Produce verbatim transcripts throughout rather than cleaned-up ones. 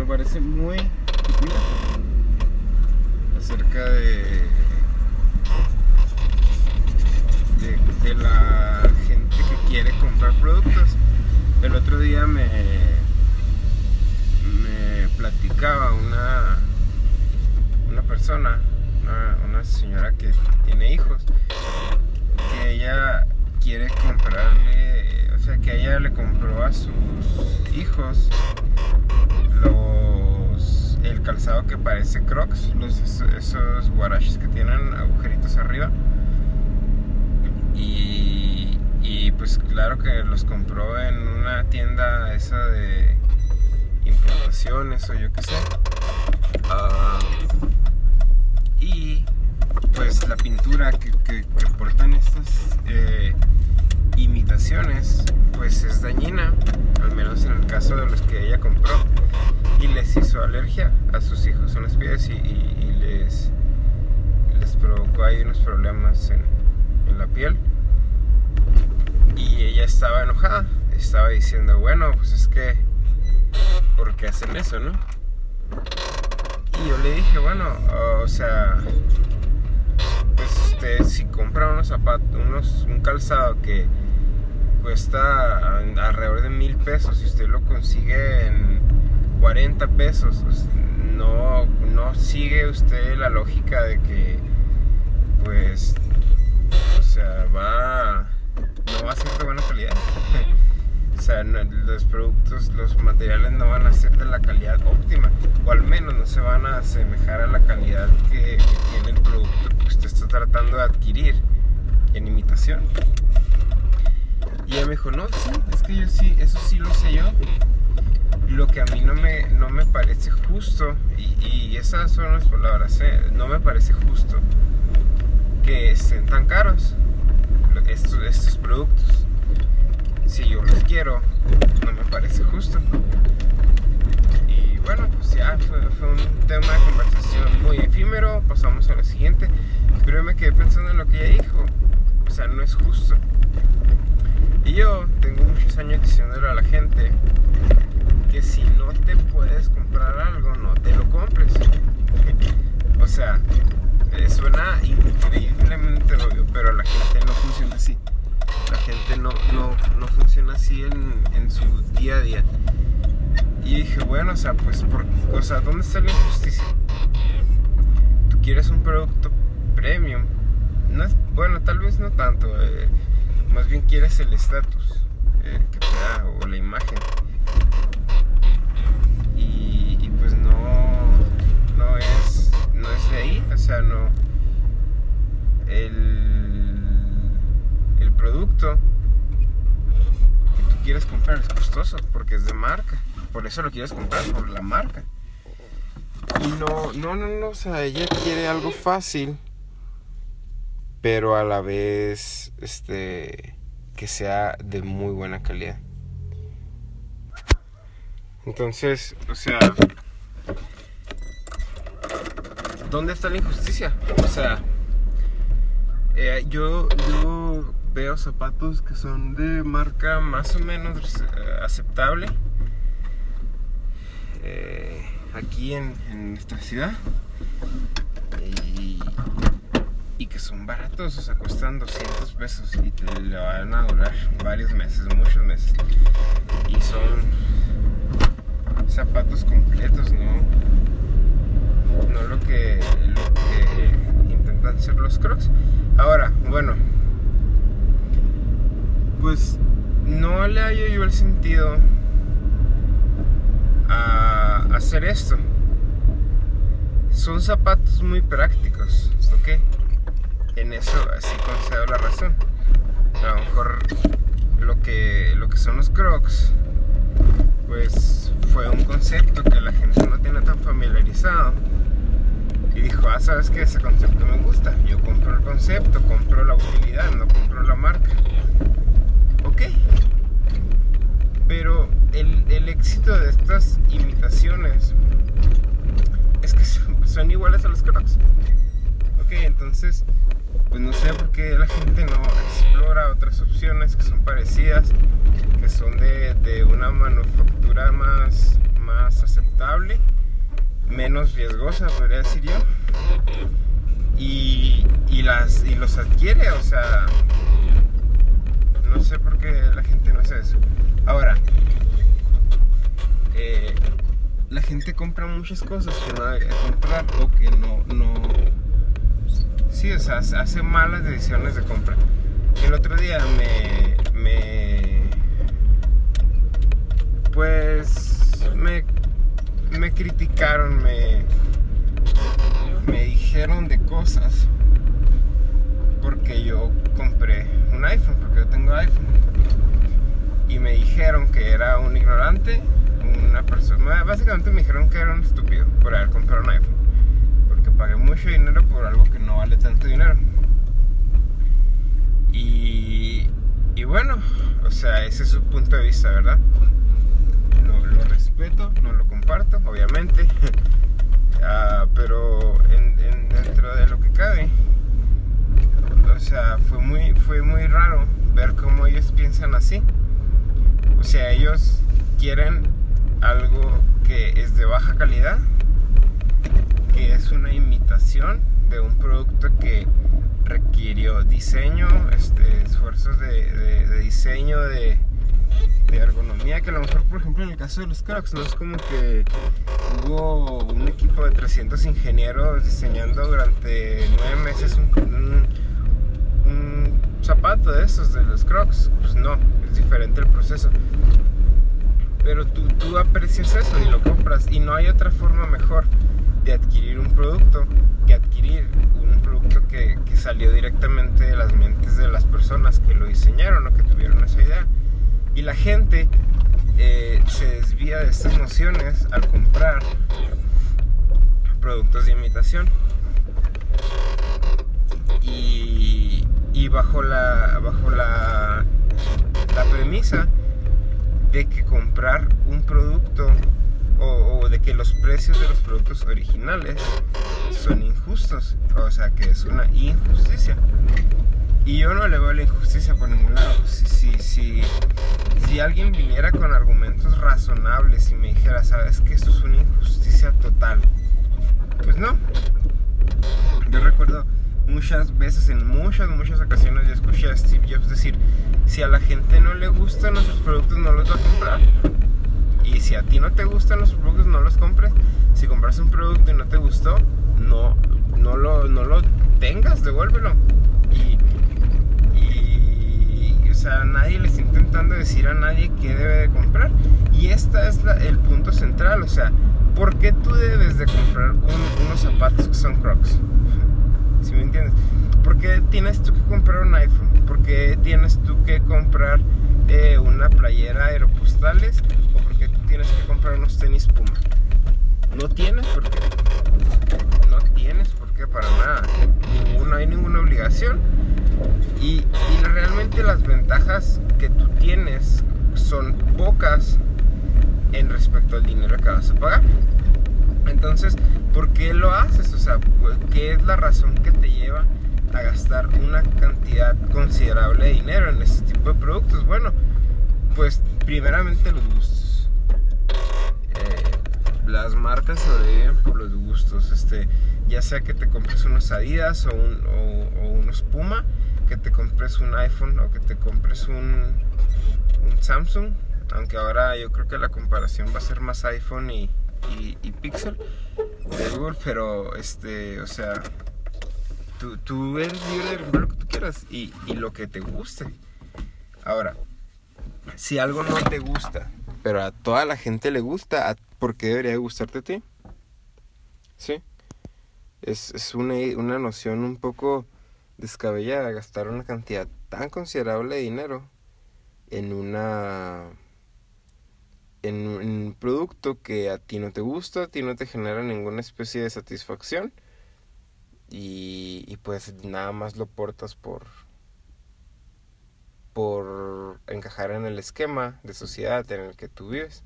parece muy estúpida acerca de, de, de la gente que quiere comprar productos. El otro día me, me platicaba una, una persona, una, una señora que tiene hijos, que ella quiere comprarle, o sea, que ella le compró a sus hijos los el calzado que parece Crocs, los, esos guaraches que tienen agujeritos arriba, y, y pues claro que los compró en una tienda esa de importaciones o yo qué sé. Uh, y pues la pintura que, que, que portan estas eh, imitaciones pues es dañina, al menos en el caso de los que ella compró, y les hizo alergia a sus hijos en los pies y, y, y les, les provocó ahí unos problemas en, en la piel. Y ella estaba enojada, estaba diciendo, bueno, pues es que ¿por qué hacen eso, no? Y yo le dije, bueno, o sea, pues usted si compra unos zapatos, unos, un calzado que cuesta alrededor de mil pesos y usted lo consigue en cuarenta pesos, pues no, no sigue usted la lógica de que pues, o sea, va, no va a ser de buena calidad. O sea, no, los productos, los materiales no van a ser de la calidad óptima, o al menos no se van a asemejar a la calidad que, que tiene el producto que usted está tratando de adquirir en imitación. Y ella me dijo, no, sí, es que yo sí, eso sí lo sé yo. Lo que a mí no me, no me parece justo, y, y esas son las palabras, ¿eh? No me parece justo que estén tan caros estos, estos productos. Si yo los quiero, no me parece justo. Y bueno, pues ya fue, fue un tema de conversación muy efímero. Pasamos a lo siguiente. Pero yo me quedé pensando en lo que ella dijo. O sea, no es justo. Y yo tengo muchos años diciéndole a la gente que si no te puedes comprar algo, no te lo compres. O sea, suena increíblemente obvio, pero la gente no funciona así. La gente no, no, no funciona así en, en su día a día. Y dije, bueno, o sea, pues, por, o sea, ¿dónde está la injusticia? Tú quieres un producto premium. No es, bueno, tal vez no tanto. Eh, más bien quieres el estatus eh, que te da, o la imagen. Y, y pues no, no es, no es de ahí. O sea, no. El el producto que tú quieres comprar es costoso porque es de marca, por eso lo quieres comprar, por la marca. Y no, no, no, no, o sea, ella quiere algo fácil, pero a la vez, este, que sea de muy buena calidad. Entonces, o sea, ¿dónde está la injusticia? O sea, eh, yo, yo veo zapatos que son de marca más o menos eh, aceptable eh, aquí en, en nuestra ciudad, y, y que son baratos, o sea, cuestan doscientos pesos y te le van a durar varios meses, muchos meses, y son zapatos completos, no, no lo que, lo que intentan ser los Crocs. Ahora, bueno, pues no le hallo yo el sentido a hacer esto. Son zapatos muy prácticos, ¿ok? En eso así concedo la razón. A lo mejor lo que, lo que son los Crocs, pues fue un concepto que la gente no tiene tan familiarizado. Y dijo, ah, ¿sabes qué? Ese concepto me gusta. Yo compro el concepto, compro la utilidad, no compro la marca. Ok. Pero el, el éxito de estas imitaciones es que son, son iguales a los Crocs. Ok, entonces, pues no sé por qué la gente no explora otras opciones que son parecidas, que son de, de una manufactura más, más aceptable, menos riesgosa, podría decir yo, y, y, las, y los adquiere. O sea, no sé por qué la gente no hace eso. Ahora, eh, la gente compra muchas cosas que no debe comprar, o que no, no, sí, o sea, hace malas decisiones de compra. El otro día me, me pues, me, me criticaron, me, me dijeron de cosas porque yo compré un iPhone, porque yo tengo iPhone, y me dijeron que era un ignorante, una persona, básicamente me dijeron que era un estúpido por haber comprado un iPhone, porque pagué mucho dinero por algo que no vale tanto dinero. Y, y bueno, o sea, ese es su punto de vista, ¿verdad? Lo, lo respeto, no lo comparto, obviamente, uh, pero en, en, dentro de lo que cabe, o sea, fue muy, fue muy raro ver cómo ellos piensan así. O sea, ellos quieren algo que es de baja calidad, que es una imitación de un producto que requirió diseño, este, esfuerzos de, de, de diseño, de, de ergonomía, que a lo mejor, por ejemplo, en el caso de los Crocs, no es como que hubo un equipo de trescientos ingenieros diseñando durante nueve meses un, un, un zapato de esos, de los Crocs. Pues no, es diferente el proceso. Pero tú, tú aprecias eso y lo compras, y no hay otra forma mejor de adquirir un producto que adquirir un producto que, que salió directamente de las mentes de las personas que lo diseñaron o que tuvieron esa idea. Y la gente eh, se desvía de estas nociones al comprar productos de imitación, y, y bajo la bajo la, la premisa de que comprar un producto o, o de que los precios de los productos originales son injustos, o sea, que es una injusticia. Y yo no le veo la injusticia por ningún lado. Si, si, si, si alguien viniera con argumentos razonables y me dijera, sabes que esto es una injusticia total, pues no. Yo recuerdo muchas veces, en muchas, muchas ocasiones, yo escuché a Steve Jobs decir, si a la gente no le gustan nuestros productos, no los va a comprar. Y si a ti no te gustan los productos, no los compres. Si compras un producto y no te gustó, no, no, lo, no lo tengas, devuélvelo. Y, y, o sea, nadie le está intentando decir a nadie qué debe de comprar. Y este es la, el punto central. O sea, ¿por qué tú debes de comprar un, unos zapatos que son Crocs? ¿Sí me entiendes? ¿Por qué tienes tú que comprar un iPhone? ¿Por qué tienes tú que comprar eh, una playera Aeropostales? ¿O por qué tú tienes que comprar unos tenis Puma? No tienes por qué. No tienes por qué, para nada. No hay ninguna obligación. Y, y realmente las ventajas que tú tienes son pocas en respecto al dinero que vas a pagar. Entonces, ¿por qué lo haces? O sea, ¿qué es la razón que te lleva a gastar una cantidad considerable de dinero en este tipo de productos? Bueno, pues primeramente los gustos. Eh, las marcas sobreviven por los gustos. Este, ya sea que te compres unos Adidas o, un, o, o unos Puma, que te compres un iPhone o que te compres un, un Samsung. Aunque ahora yo creo que la comparación va a ser más iPhone y Y, y Pixel de Google, pero este, o sea, tú, tú eres libre de comprar lo que tú quieras y, y lo que te guste. Ahora, si algo no te gusta, pero a toda la gente le gusta, ¿por qué debería gustarte a ti? ¿Sí? Es, es una, una noción un poco descabellada gastar una cantidad tan considerable de dinero en una... en un producto que a ti no te gusta, a ti no te genera ninguna especie de satisfacción, y, y pues nada más lo portas por por encajar en el esquema de sociedad en el que tú vives.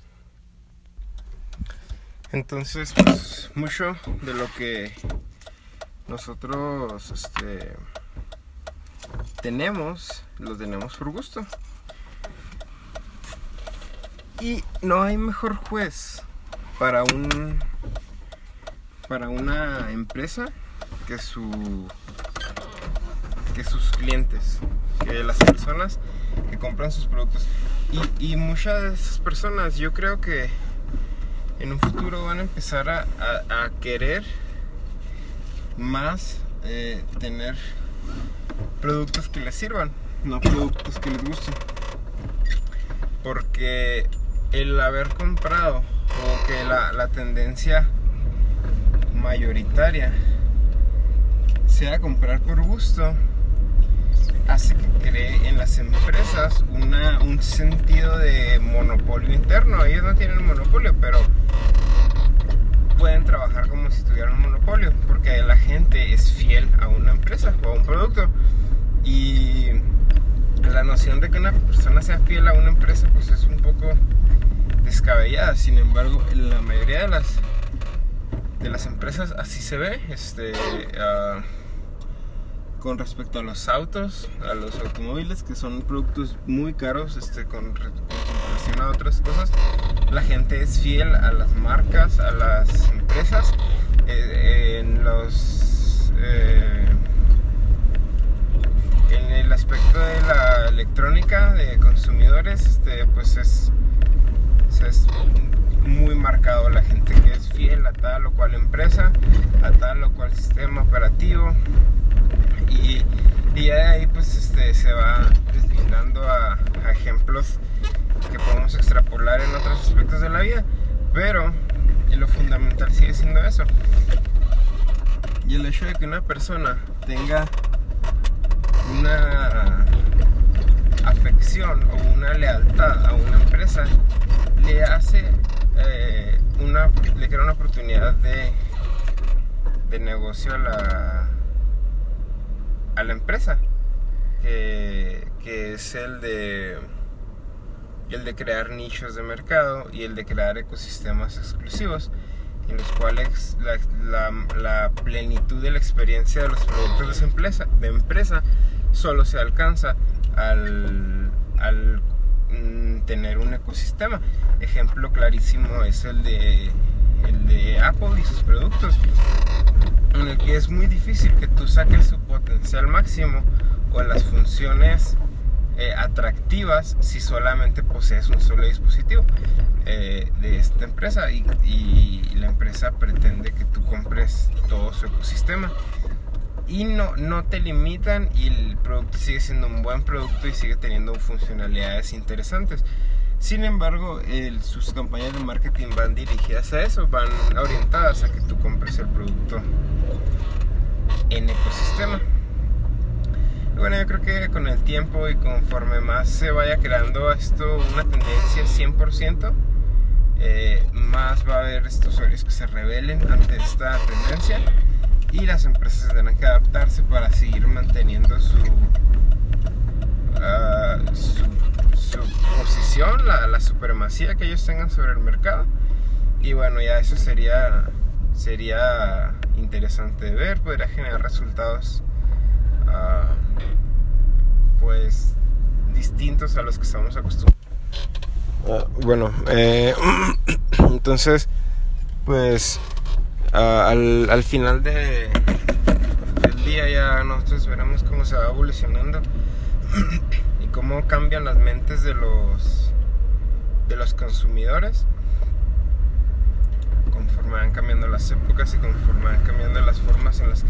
Entonces, pues mucho de lo que nosotros este, tenemos, lo tenemos por gusto. Y no hay mejor juez para un para una empresa que su que sus clientes, que las personas que compran sus productos. Y, y muchas de esas personas, yo creo que en un futuro van a empezar a, a, a querer más eh, tener productos que les sirvan, no productos que les gusten. Porque el haber comprado, o que la, la tendencia mayoritaria sea comprar por gusto, hace que cree en las empresas una, un sentido de monopolio interno. Ellos no tienen monopolio, pero pueden trabajar como si tuvieran un monopolio, porque la gente es fiel a una empresa o a un producto. Y la noción de que una persona sea fiel a una empresa pues es un poco descabellada. Sin embargo, en la mayoría de las de las empresas así se ve. Este uh, con respecto a los autos, a los automóviles, que son productos muy caros, este, con, con comparación a otras cosas, la gente es fiel a las marcas, a las empresas. Eh, en los eh, en el aspecto de la electrónica de consumidores, este, pues es, es muy marcado la gente que es fiel a tal o cual empresa, a tal o cual sistema operativo. Y, y ya de ahí pues este, se va deslindando a, a ejemplos que podemos extrapolar en otros aspectos de la vida, pero lo fundamental sigue siendo eso. Y el hecho de que una persona tenga una afección o una lealtad a una empresa le hace eh, una, le crea una oportunidad de, de negocio a la a la empresa, que, que es el de el de crear nichos de mercado y el de crear ecosistemas exclusivos en los cuales la, la, la plenitud de la experiencia de los productos de esa empresa, de empresa solo se alcanza al, al mm, tener un ecosistema. Ejemplo clarísimo es el de, el de Apple y sus productos, en el que es muy difícil que tú saques su potencial máximo o las funciones eh, atractivas si solamente posees un solo dispositivo eh, de esta empresa, y, y la empresa pretende que tú compres todo su ecosistema y no, no te limitan, y el producto sigue siendo un buen producto y sigue teniendo funcionalidades interesantes. Sin embargo, el, sus campañas de marketing van dirigidas a eso, van orientadas a que tú compres el producto en ecosistema. Y bueno, yo creo que con el tiempo y conforme más se vaya creando esto una tendencia cien por ciento, eh, más va a haber estos usuarios que se rebelen ante esta tendencia, y las empresas tendrán que adaptarse para seguir manteniendo su, uh, su, su posición, la, la supremacía que ellos tengan sobre el mercado. Y bueno, ya eso sería sería interesante de ver, podría generar resultados uh, pues distintos a los que estamos acostumbrados. Uh, bueno, eh, entonces pues uh, al, al final de, del día ya nosotros veremos cómo se va evolucionando y cómo cambian las mentes de los de los consumidores conforme van cambiando las épocas y conforme van cambiando las formas en las que